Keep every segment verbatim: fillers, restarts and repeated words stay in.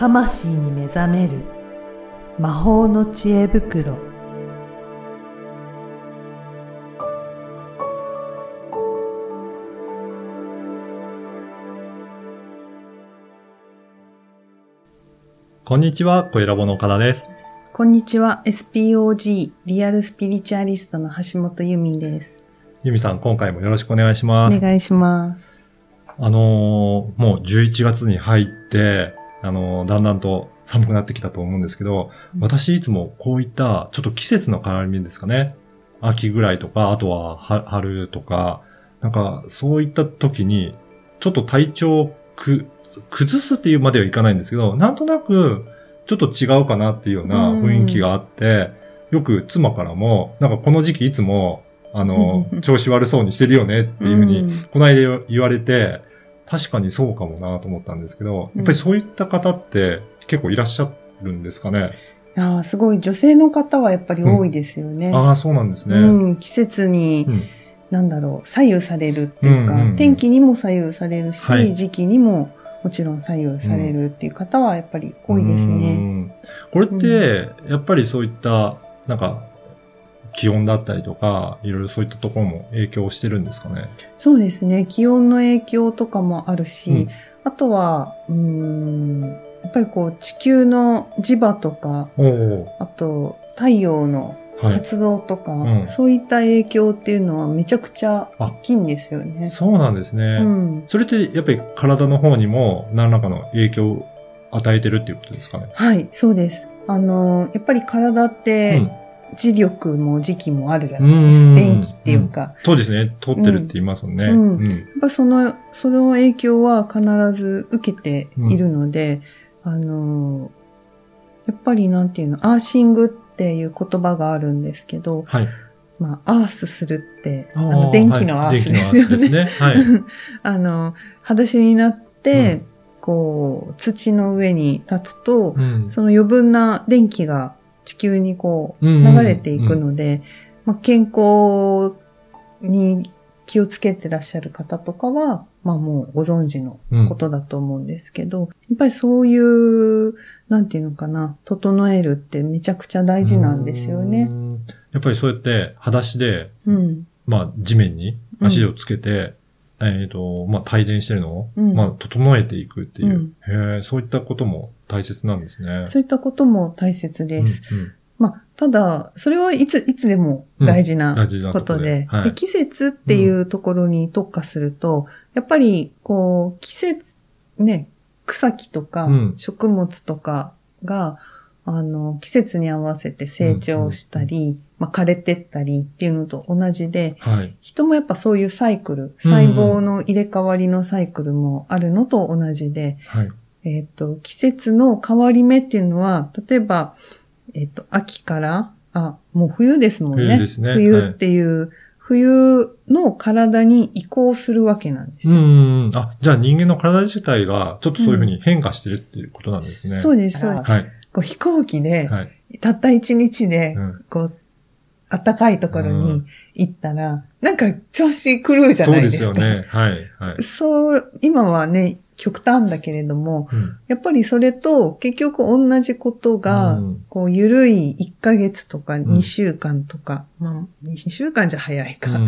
魂に目覚める魔法の知恵袋。 こんにちは、声ラボの岡田です。 こんにちは、エスピーオージー リアルスピリチュアリストの橋本由美です。 由美さん、今回もよろしくお願いします。 お願いします。 あのー、もうじゅういちがつに入って、あのー、だんだんと寒くなってきたと思うんですけど、うん、私いつもこういったちょっと季節の変わり目ですかね。秋ぐらいとか、あとは春とか、なんかそういった時に、ちょっと体調をく崩すっていうまではいかないんですけど、なんとなくちょっと違うかなっていうような雰囲気があって、うん、よく妻からも、なんかこの時期いつも、あの、調子悪そうにしてるよねっていうふうに、この間言われて、確かにそうかもなと思ったんですけど、やっぱりそういった方って結構いらっしゃるんですかね。 うん、ああ、すごい女性の方はやっぱり多いですよね。 うん、ああ、そうなんですね。 うん、季節に、うん、なんだろう、左右されるっていうか、うんうんうん、天気にも左右されるし、はい、時期にももちろん左右されるっていう方はやっぱり多いですね。 うん、これって、やっぱりそういった、なんか、気温だったりとか、いろいろそういったところも影響してるんですかね。 そうですね。気温の影響とかもあるし、うん、あとは、うーん、やっぱりこう地球の磁場とか、あと太陽の活動とか、はいうん、そういった影響っていうのはめちゃくちゃ大きいんですよね。 そうなんですね。うん、それってやっぱり体の方にも何らかの影響を与えてるっていうことですかね。 はい、そうです。あの、やっぱり体って、うん磁力も磁気もあるじゃないですか。電気っていうか、うん。 そうですね。通ってるって言いますもんね。 うんうん、やっぱその、その影響は必ず受けているので、うん、あの、やっぱりなんていうの、アーシングっていう言葉があるんですけど、はい、まあ、アースするって、あの、電気のアースですよね。はい、電気のアースですね。はい。あの、裸足になって、うん、こう、土の上に立つと、うん、その余分な電気が地球にこう流れていくので、うんうんうんまあ、健康に気をつけてらっしゃる方とかは、まあもうご存知のことだと思うんですけど、うん、やっぱりそういう、なんていうのかな、整えるってめちゃくちゃ大事なんですよね。 やっぱりそうやって裸足で、うん、まあ地面に足をつけて、うん、えっと、まあ帯電してるのを、うん、まあ整えていくっていう、うん、へえ、そういったことも大切なんですね。 そういったことも大切です。うんうんまあ、ただ、それはいつ、いつでも大事なことで、うん、で、はい、季節っていうところに特化すると、うん、やっぱり、こう、季節、ね、草木とか、植物とかが、うん、あの、季節に合わせて成長したり、うんうん、まあ、枯れてったりっていうのと同じで、はい、人もやっぱそういうサイクル、細胞の入れ替わりのサイクルもあるのと同じで、はい、えっと、季節の変わり目っていうのは、例えば、えっと、秋から、あ、もう冬ですもんね。 冬ですね。 冬っていう、はい、冬の体に移行するわけなんですよ。 うん。あ、じゃあ人間の体自体がちょっとそういうふうに変化してるっていうことなんですね。 うん、そうです、そうです。はい。こう飛行機で、はい、たった一日で、こう、暖かいところに行ったら、うん、なんか調子狂うじゃないですか。 そうですよね。はい、はい。 そう、今はね、極端だけれども、うん、やっぱりそれと結局同じことが、うん、こう、ゆるいいっかげつとかにしゅうかんとか、うん、まあ、にしゅうかんじゃ早いか。うん、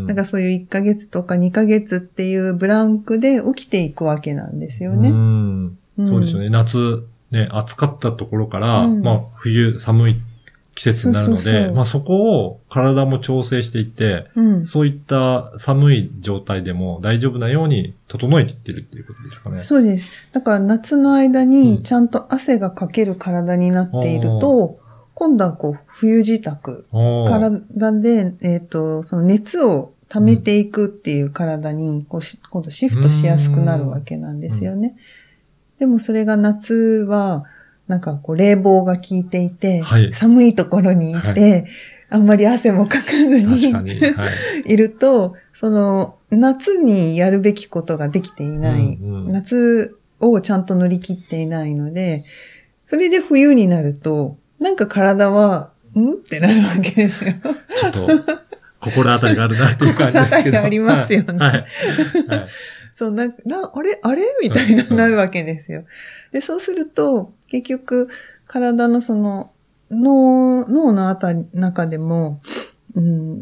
なんかそういういっかげつとかにかげつっていうブランクで起きていくわけなんですよね。 うんうん、そうですよね。夏、ね、暑かったところから、まあ、冬寒い季節になるので、そうそうそうまあそこを体も調整していって、うん、そういった寒い状態でも大丈夫なように整えていってるっていうことですかね。 そうです。だから夏の間にちゃんと汗がかける体になっていると、うん、今度はこう冬支度、体で、えっと、その熱を溜めていくっていう体にこうし今度シフトしやすくなるわけなんですよね。うん、でもそれが夏は、なんかこう冷房が効いていて、はい、寒いところにいて、はい、あんまり汗もかかずに、確かに、はい、いると、その夏にやるべきことができていない、うんうん、夏をちゃんと乗り切っていないので、それで冬になると、なんか体は、んってなるわけですよ。 ちょっと、心当たりがあるなっていう感じですけど。 心当たりありますよね。はい。はいはいそう、な、な、あれあれみたいな、なるわけですよ。で、そうすると、結局、体のその、脳、脳のあたり、中でも、うん、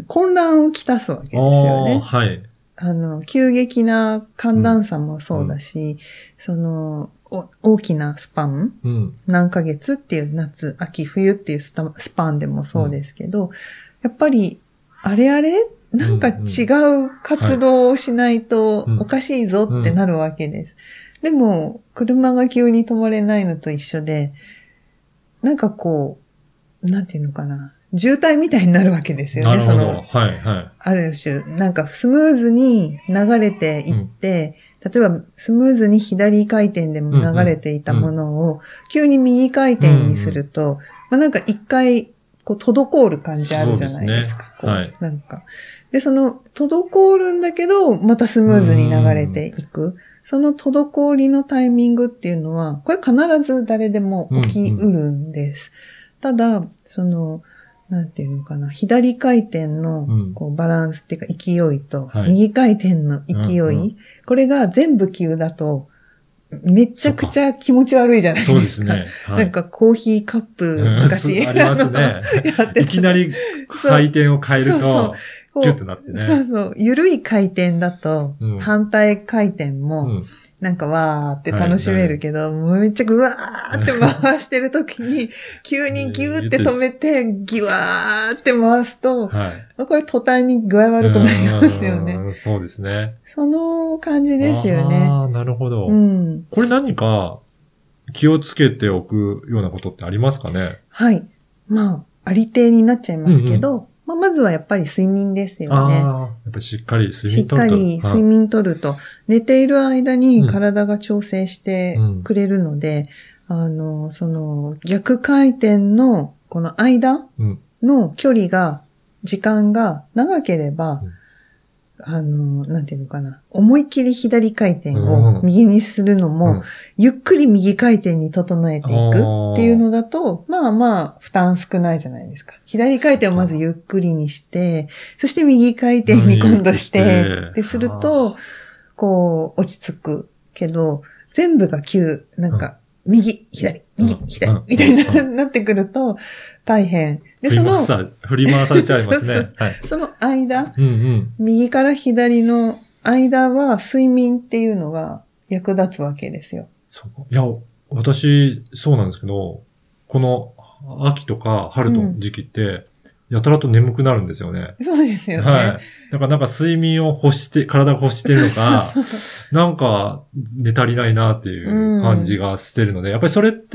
混乱をきたすわけですよね。 はい。 あの、急激な寒暖差もそうだし、うん、その、大きなスパン、うん、何ヶ月っていう夏、秋、冬っていうスパンでもそうですけど、うん、やっぱり、あれあれなんか違う活動をしないとおかしいぞってなるわけです。でも、車が急に止まれないのと一緒で、なんかこう、なんていうのかな。渋滞みたいになるわけですよね。 なるほど。 その、 はいはい。 ある種、なんかスムーズに流れていって、うん、例えばスムーズに左回転でも流れていたものを、急に右回転にすると、うんうん、まあなんか一回、こう、滞る感じあるじゃないですか。 そうですね。はい。 なんか。で、その、滞るんだけど、またスムーズに流れていく。その滞りのタイミングっていうのは、これ必ず誰でも起きうるんです。うんうん、ただ、その、なんていうのかな、左回転のこうバランスっていうか勢いと、うん、右回転の勢い、はいうんうん、これが全部急だと、めちゃくちゃ気持ち悪いじゃないですか。 そうですね。 はい、なんかコーヒーカップ昔、 うん、ありますね。いきなり回転を変えると、キュッとなってね。 そうそう。緩い回転だと、反対回転も、うんなんかわーって楽しめるけど、はいはい、もうめっちゃぐわーって回してるときに、急にギューって止めて、ギワーって回すと、はい、これ途端に具合悪くなりますよね。 そうですね。 その感じですよね。 ああ、なるほど。 うん。 これ何か気をつけておくようなことってありますかね？ はい。まあ、ありていになっちゃいますけど、うんうんまあ、まずはやっぱり睡眠ですよね。 ああ、やっぱりしっかり睡眠とると。 しっかり睡眠とると、寝ている間に体が調整してくれるので、うん、あの、その逆回転のこの間の距離が、時間が長ければ、うんあの、なんていうのかな。思いっきり左回転を右にするのも、うん、ゆっくり右回転に整えていくっていうのだと、まあまあ、負担少ないじゃないですか。左回転をまずゆっくりにして、そして右回転に今度して、で、すると、こう、落ち着くけど、全部が急、なんか、右、左、右、左、みたいになってくると、大変。 で、その、振り回されちゃいますね。 そうそうはい、その間、うんうん、右から左の間は睡眠っていうのが役立つわけですよ。 そういや、私、そうなんですけど、この秋とか春の時期って、うんやたらと眠くなるんですよね。 そうですよね。 はい。だからなんか睡眠を欲して、体が欲してるのか、そうそうそうなんか寝足りないなっていう感じがしてるので、うん、やっぱりそれって、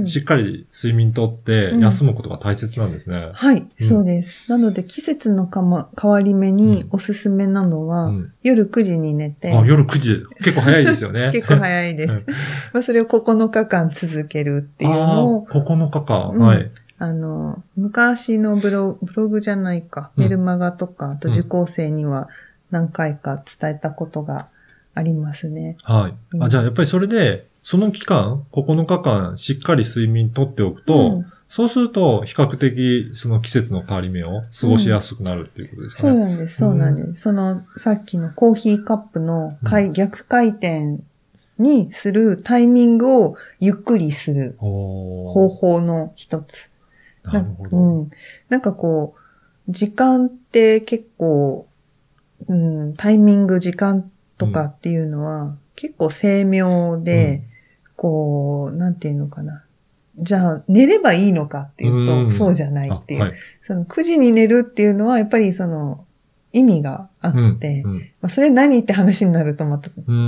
しっかり睡眠とって休むことが大切なんですね。うん、 はい、うん、そうです。なので季節のかま、変わり目におすすめなのは、うん、夜くじに寝て。 あ、夜くじ。結構早いですよね。 結構早いです。まあそれをここのかかん続けるっていうのを。 ここのかかん、はい。 あの、昔のブログ、ブログじゃないか、メルマガとか、あと受講生には何回か伝えたことがありますね。 はい。うん、あじゃあやっぱりそれで、その期間、ここのかかんしっかり睡眠とっておくと、うん、そうすると比較的その季節の変わり目を過ごしやすくなるっていうことですかね。 うん、そうなんです、そうなんです。うん、そのさっきのコーヒーカップの、うん、逆回転にするタイミングをゆっくりする方法の一つ。 なるほど。 うん。なんかこう、時間って結構、うん、タイミング、時間とかっていうのは、うん、結構精妙で、うん、こう、なんていうのかな。じゃあ、寝ればいいのかっていうと、うん、そうじゃないっていう。はい、そのくじに寝るっていうのは、やっぱりその、意味があって、うんうんまあ、それ何って話になるとまた、うん、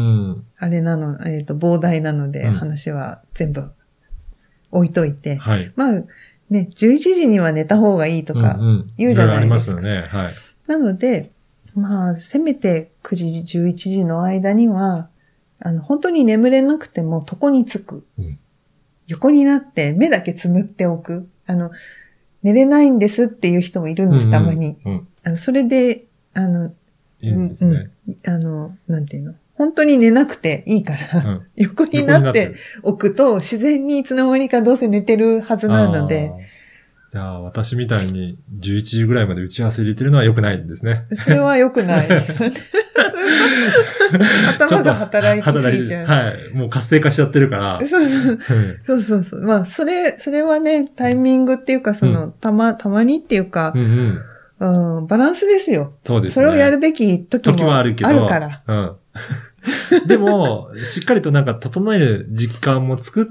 あれなの、えっと、膨大なので、話は全部置いといて、はい、まあ、ね、じゅういちじには寝た方がいいとか言うじゃないですか。 うんうん、ありますよね。はい。 なので、まあ、せめてくじ、じゅういちじの間には、あの、本当に眠れなくても床につく。うん、横になって目だけつむっておく。あの、寝れないんですっていう人もいるんです、たまに。うんうん、あのそれで、あの、 いいんですね、 うん、あの、なんていうの。本当に寝なくていいから、うん、横になっておくと自然にいつの間にかどうせ寝てるはずなので。 じゃあ私みたいにじゅういちじぐらいまで打ち合わせ入れてるのは良くないんですね。 それは良くないです。それ頭が働いてすぎちゃう。 はい。もう活性化しちゃってるから。 そうそうそうそうそう。まあ、それ、それはね、タイミングっていうか、その、うん、たま、たまにっていうか、うんうんうん、バランスですよ。 そうですね。 それをやるべき時もあるから。 うん。でも、しっかりとなんか整える実感も作って、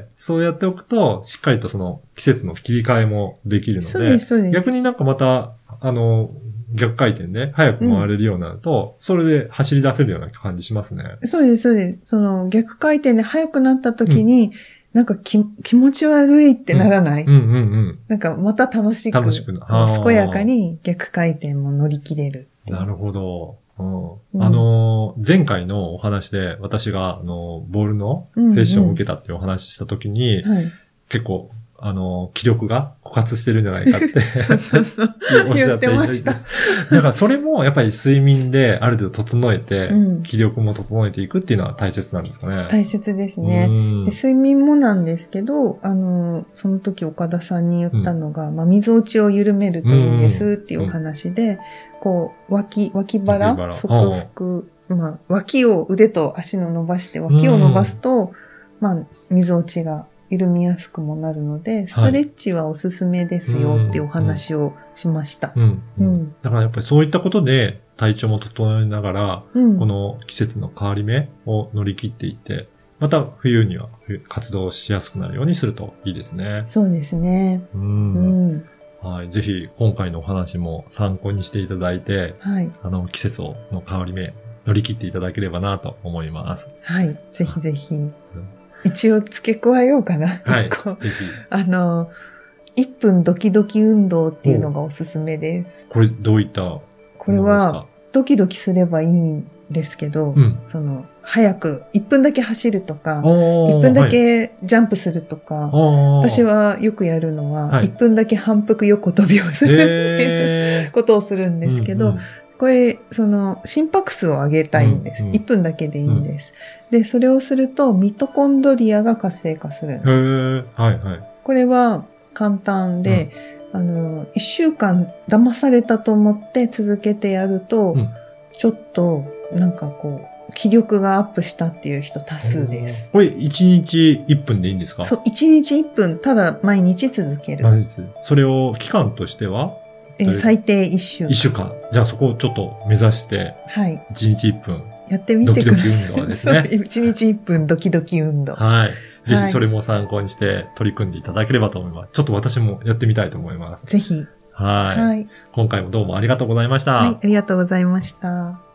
そうやっておくと、しっかりとその季節の切り替えもできるので、 そうですそうです。 逆になんかまた、あの、逆回転で早く回れるようになると、うん、それで走り出せるような感じしますね。 そうです、そうです。その逆回転で速くなった時に、うん、なんかき気持ち悪いってならない、うん、うんうんうん。なんかまた楽しく、 楽しくな健やかに逆回転も乗り切れる。 なるほど。うん、あの、前回のお話で私が、あの、ボールのセッションを受けたっていうお話したときに、うんうんはい、結構、あの、気力が枯渇してるんじゃないかって。 そうそうそう。おっしゃってました。 だからそれもやっぱり睡眠である程度整えて、うん、気力も整えていくっていうのは大切なんですかね。 大切ですね。で睡眠もなんですけど、あの、その時岡田さんに言ったのが、うん、まあ、溝落ちを緩めるといいんですっていうお話で、うんこう、脇、脇腹、側腹、まあ、脇を腕と足の伸ばして、脇を伸ばすと、まあ、溝落ちが緩みやすくもなるので、ストレッチはおすすめですよっていうお話をしました。 うんうんうん、だからやっぱりそういったことで体調も整えながら、うん、この季節の変わり目を乗り切っていって、また冬には活動しやすくなるようにするといいですね。 そうですね。 うん、うんはい。ぜひ、今回のお話も参考にしていただいて、はい。あの、季節の変わり目、乗り切っていただければなと思います。 はい。ぜひぜひ。うん、一応付け加えようかな。 はい。ぜひ。 あの、いっぷんドキドキ運動っていうのがおすすめです。 これ、どういったものですか？ これは、ドキドキすればいいんですけど、うん、その、早くいっぷんだけ走るとか、いっぷんだけジャンプするとか、はい、私はよくやるのは、はい、いっぷんだけ反復横跳びをするっていうことをするんですけど、うんうん、これ、その、心拍数を上げたいんです。うんうん、いっぷんだけでいいんです。うん、で、それをすると、ミトコンドリアが活性化するんです。 はいはい、 これは簡単で、うん、あの、いっしゅうかん騙されたと思って続けてやると、うん、ちょっと、なんかこう、気力がアップしたっていう人多数です。 これいちにちいっぷんでいいんですか？ そう、いちにちいっぷん、ただ毎日続ける。 毎日。それを期間としてはえー、最低いっしゅうかん。 いっしゅうかん。じゃあそこをちょっと目指して、はい。いちにちいっぷん。 やってみてください。 ドキドキ運動ですね。 いちにちいっぷんドキドキ運動。 はい。ぜひそれも参考にして取り組んでいただければと思います。ちょっと私もやってみたいと思います。 ぜひ。 はい。はい。今回もどうもありがとうございました。 はい、ありがとうございました。